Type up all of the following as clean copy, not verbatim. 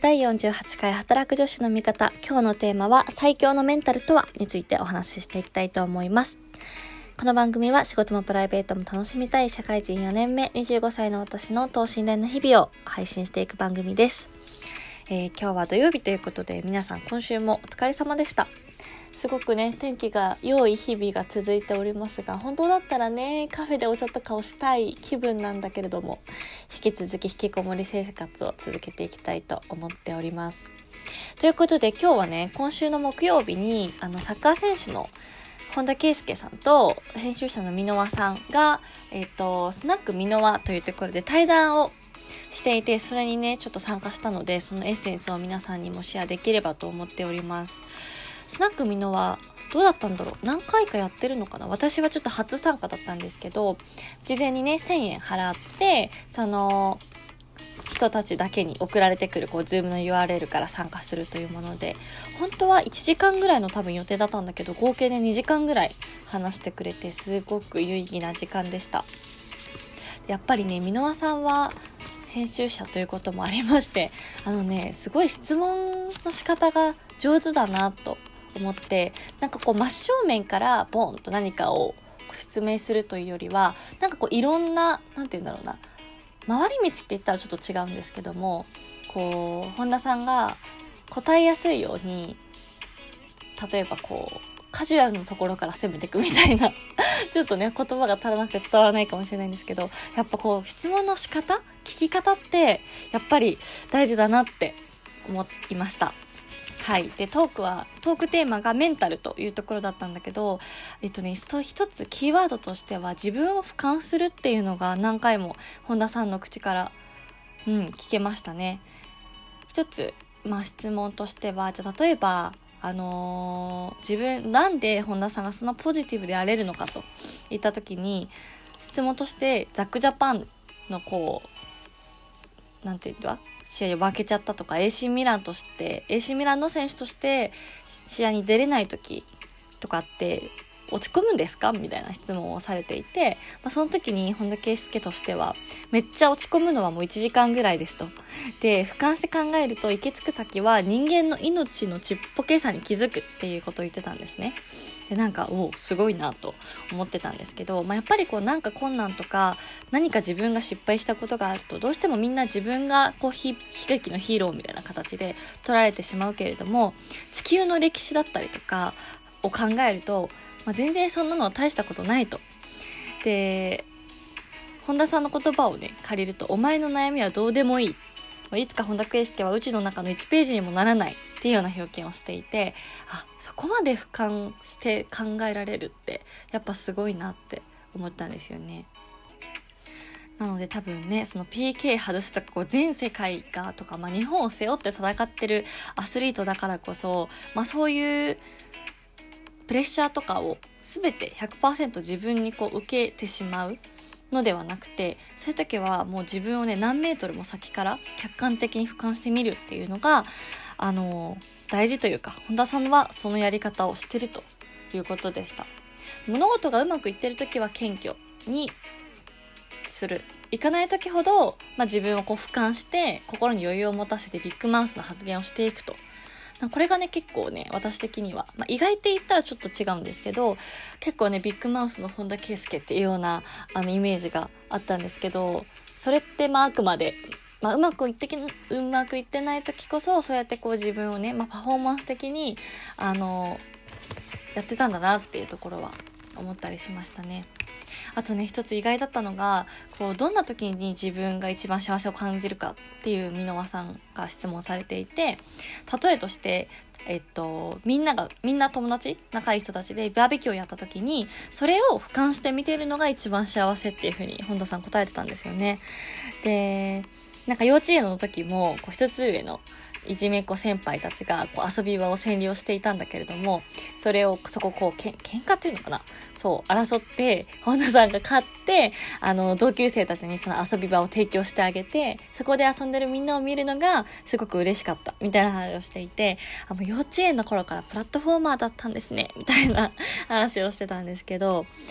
第48回働く女子の味方。今日のテーマは最強のメンタルとはについてお話ししていきたいと思います。この番組は仕事もプライベートも楽しみたい社会人4年目25歳の私の等身大の日々を配信していく番組です。今日は土曜日ということで皆さん今週もお疲れ様でした。すごくね天気が良い日々が続いておりますが、本当だったらねカフェでお茶とかをしたい気分なんだけれども、引き続き引きこもり生活を続けていきたいと思っております。ということで今日はね、今週の木曜日にサッカー選手の本田圭佑さんと編集者の箕輪さんが、スナック箕輪というところで対談をしていて、それにねちょっと参加したので、そのエッセンスを皆さんにもシェアできればと思っております。スナック箕輪どうだったんだろう、何回かやってるのかな。私はちょっと初参加だったんですけど、事前にね1000円払ってその人たちだけに送られてくるズームの URL から参加するというもので、本当は1時間ぐらいの多分予定だったんだけど、合計で2時間ぐらい話してくれて、すごく有意義な時間でした。やっぱりね箕輪さんは編集者ということもありまして、すごい質問の仕方が上手だなと思って、真正面からボンと何かを説明するというよりは、いろんななんていうんだろうな、回り道って言ったらちょっと違うんですけども、本田さんが答えやすいように、例えばカジュアルのところから攻めていくみたいなちょっとね言葉が足らなくて伝わらないかもしれないんですけど、やっぱ質問の仕方、聞き方ってやっぱり大事だなって思いました。はい。で、トークテーマがメンタルというところだったんだけど、一つキーワードとしては自分を俯瞰するっていうのが何回も本田さんの口から聞けましたね。一つ質問としては、じゃあ例えば自分なんで本田さんがそんなポジティブであれるのかといった時に、質問としてザックジャパンのなんていうか試合を負けちゃったとか、AC ミランの選手として試合に出れない時とかって落ち込むんですかみたいな質問をされていて、その時に本田圭佑としては、めっちゃ落ち込むのはもう1時間ぐらいですと。で、俯瞰して考えると行き着く先は人間の命のちっぽけさに気づくっていうことを言ってたんですね。で、すごいなと思ってたんですけど、やっぱり困難とか何か自分が失敗したことがあると、どうしてもみんな自分が悲劇のヒーローみたいな形で捉えてしまうけれども、地球の歴史だったりとかを考えると、全然そんなのは大したことないと。で、本田さんの言葉をね借りると、お前の悩みはどうでもいい、いつか本田圭佑は宇宙の中の1ページにもならないっていうような表現をしていて、そこまで俯瞰して考えられるってやっぱすごいなって思ったんですよね。なので多分ね、その PK 外すとか全世界がとか、日本を背負って戦ってるアスリートだからこそ、そういうプレッシャーとかを全て 100% 自分に受けてしまうのではなくて、そういう時はもう自分をね何メートルも先から客観的に俯瞰してみるっていうのが大事というか、本田さんはそのやり方をしてるということでした。物事がうまくいってる時は謙虚にする、いかない時ほど、自分を俯瞰して心に余裕を持たせてビッグマウスの発言をしていくと。これがね結構ね私的には、意外って言ったらちょっと違うんですけど、結構ねビッグマウスの本田圭佑っていうようなイメージがあったんですけど、それってあくまで、うまくいってない時こそそうやって自分をね、パフォーマンス的にやってたんだなっていうところは思ったりしましたね。あとね、一つ意外だったのが、どんな時に自分が一番幸せを感じるかっていう箕輪さんが質問されていて、例えとして、みんな友達、仲いい人たちでバーベキューをやった時に、それを俯瞰して見てるのが一番幸せっていう風に本田さん答えてたんですよね。で、幼稚園の時も一つ上のいじめっ子先輩たちが遊び場を占領していたんだけれども、喧嘩っていうのかな、争って本田さんが勝って、同級生たちにその遊び場を提供してあげて、そこで遊んでるみんなを見るのがすごく嬉しかったみたいな話をしていて、幼稚園の頃からプラットフォーマーだったんですねみたいな話をしてたんですけど、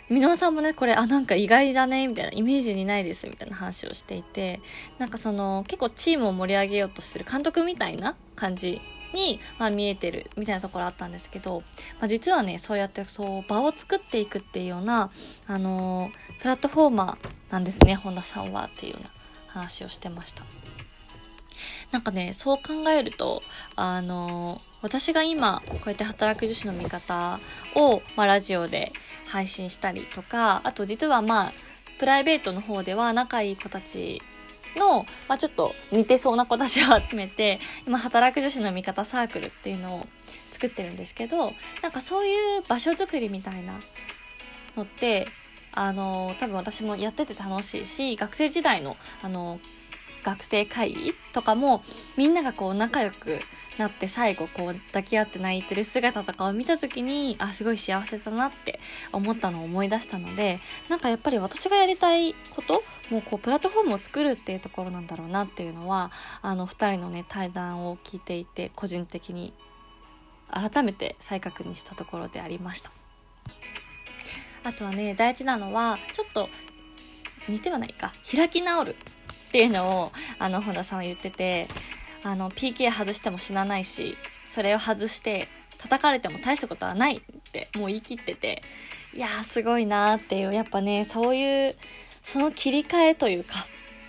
箕輪さんもね、これ、なんか意外だね、みたいな、イメージにないです、みたいな話をしていて、なんか結構チームを盛り上げようとする監督みたいな感じに、見えてるみたいなところあったんですけど、実はね、そうやって場を作っていくっていうような、プラットフォーマーなんですね、本田さんはっていうような話をしてました。なんかね、そう考えると、私が今、こうやって働く女子の味方を、ラジオで配信したりとか、あと実はプライベートの方では仲いい子たちの、ちょっと似てそうな子たちを集めて、今、働く女子の味方サークルっていうのを作ってるんですけど、なんかそういう場所づくりみたいなのって、多分私もやってて楽しいし、学生時代の、学生会議とかもみんなが仲良くなって最後抱き合って泣いてる姿とかを見た時にすごい幸せだなって思ったのを思い出したので、なんかやっぱり私がやりたいこともプラットフォームを作るっていうところなんだろうなっていうのは二人のね対談を聞いていて個人的に改めて再確認したところでありました。あとはね、大事なのはちょっと似てはないか、開き直るっていうのを本田さんは言ってて、PK 外しても死なないし、それを外して叩かれても大したことはないってもう言い切ってて、いやーすごいなーっていう、やっぱね、そういうその切り替えというか、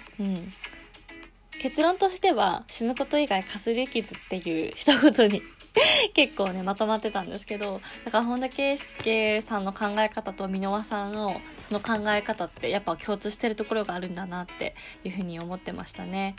結論としては死ぬこと以外かすり傷っていう一言に結構ねまとまってたんですけど、だから本田圭佑さんの考え方と箕輪さんのその考え方ってやっぱ共通してるところがあるんだなっていうふうに思ってましたね。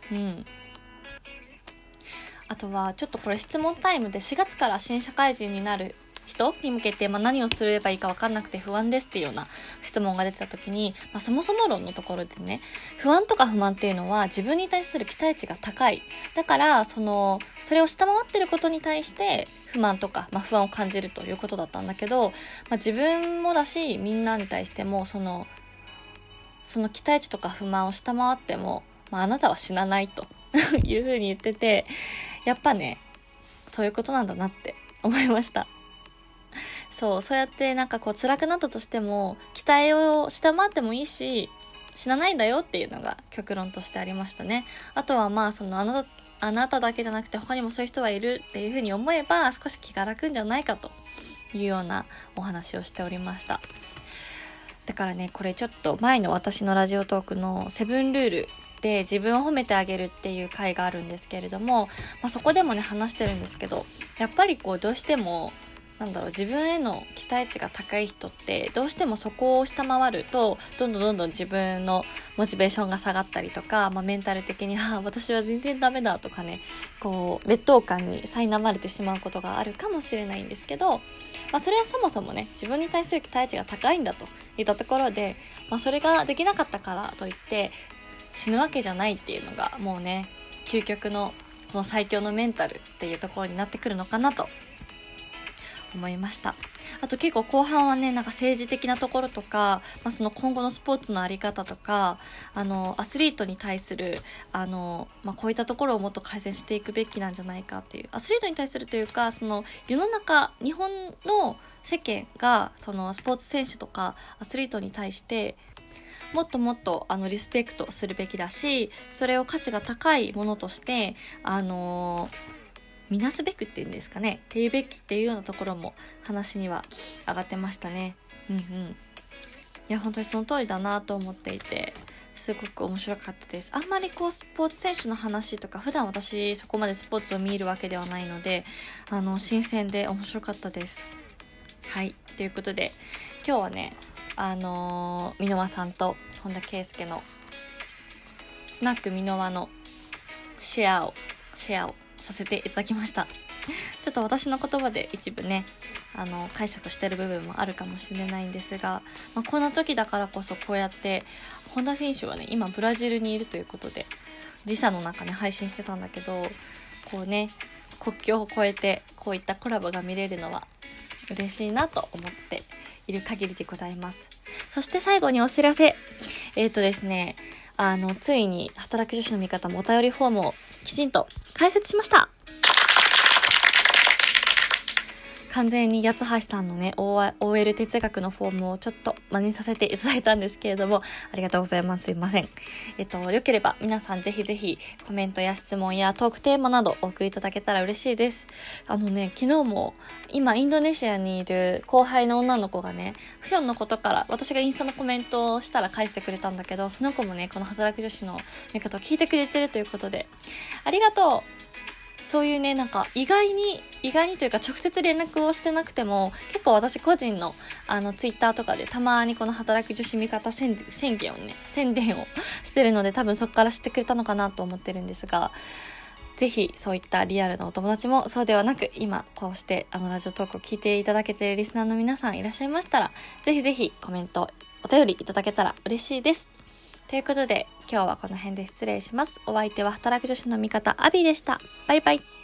あとはちょっとこれ質問タイムで、4月から新社会人になる人に向けて、何をすればいいか分かんなくて不安ですっていうような質問が出てた時に、そもそも論のところでね、不安とか不満っていうのは自分に対する期待値が高い。だからそれを下回ってることに対して不満とか、不安を感じるということだったんだけど、自分もだしみんなに対してもその期待値とか不満を下回っても、あなたは死なないというふうに言ってて、やっぱねそういうことなんだなって思いました。そうやってなんか辛くなったとしても期待を下回ってもいいし、死なないんだよっていうのが極論としてありましたね。あとはあなただけじゃなくて他にもそういう人はいるっていうふうに思えば少し気が楽んじゃないかというようなお話をしておりました。だからね、これちょっと前の私のラジオトークのセブンルールで自分を褒めてあげるっていう回があるんですけれども、そこでもね話してるんですけど、やっぱりどうしても自分への期待値が高い人ってどうしてもそこを下回るとどんどん自分のモチベーションが下がったりとか、メンタル的に私は全然ダメだとかね、劣等感に苛まれてしまうことがあるかもしれないんですけど、それはそもそもね自分に対する期待値が高いんだといったところで、それができなかったからといって死ぬわけじゃないっていうのがもうね究極のこの最強のメンタルっていうところになってくるのかなと思いました。あと結構後半はね、なんか政治的なところとか、その今後のスポーツのあり方とか、アスリートに対するこういったところをもっと改善していくべきなんじゃないかっていう、アスリートに対するというか、その世の中、日本の世間がそのスポーツ選手とかアスリートに対してもっともっとリスペクトするべきだし、それを価値が高いものとして見なすべくっていうんですかね、っていうべきっていうようなところも話には上がってましたね。いや本当にその通りだなと思っていて、すごく面白かったです。あんまりスポーツ選手の話とか、普段私そこまでスポーツを見るわけではないので新鮮で面白かったです。はい、ということで今日はね箕輪さんと本田圭佑のスナック箕輪のシェアをさせていただきました。ちょっと私の言葉で一部ね解釈してる部分もあるかもしれないんですが、こんな時だからこそこうやって本田選手はね今ブラジルにいるということで時差の中ね配信してたんだけど、国境を越えてこういったコラボが見れるのは嬉しいなと思っている限りでございます。そして最後にお知らせ。ですね、ついに働く女子の味方もお便りフォームをきちんと開設しました。 完全に八橋さんのね、OL 哲学のフォームをちょっと真似させていただいたんですけれども、ありがとうございます。すいません。よければ皆さんぜひぜひコメントや質問やトークテーマなどお送りいただけたら嬉しいです。昨日も今インドネシアにいる後輩の女の子がね、フヒョンのことから私がインスタのコメントをしたら返してくれたんだけど、その子もね、この働く女子の見方を聞いてくれてるということで、ありがとう。そういうね、なんか意外にというか直接連絡をしてなくても、結構私個人のツイッターとかでたまにこの働く女子味方宣伝をしてるので、多分そこから知ってくれたのかなと思ってるんですが、ぜひそういったリアルなお友達もそうではなく、今こうしてラジオトークを聞いていただけているリスナーの皆さんいらっしゃいましたら、ぜひぜひコメント、お便りいただけたら嬉しいです。ということで今日はこの辺で失礼します。お相手は働く女子の味方アビーでした。バイバイ。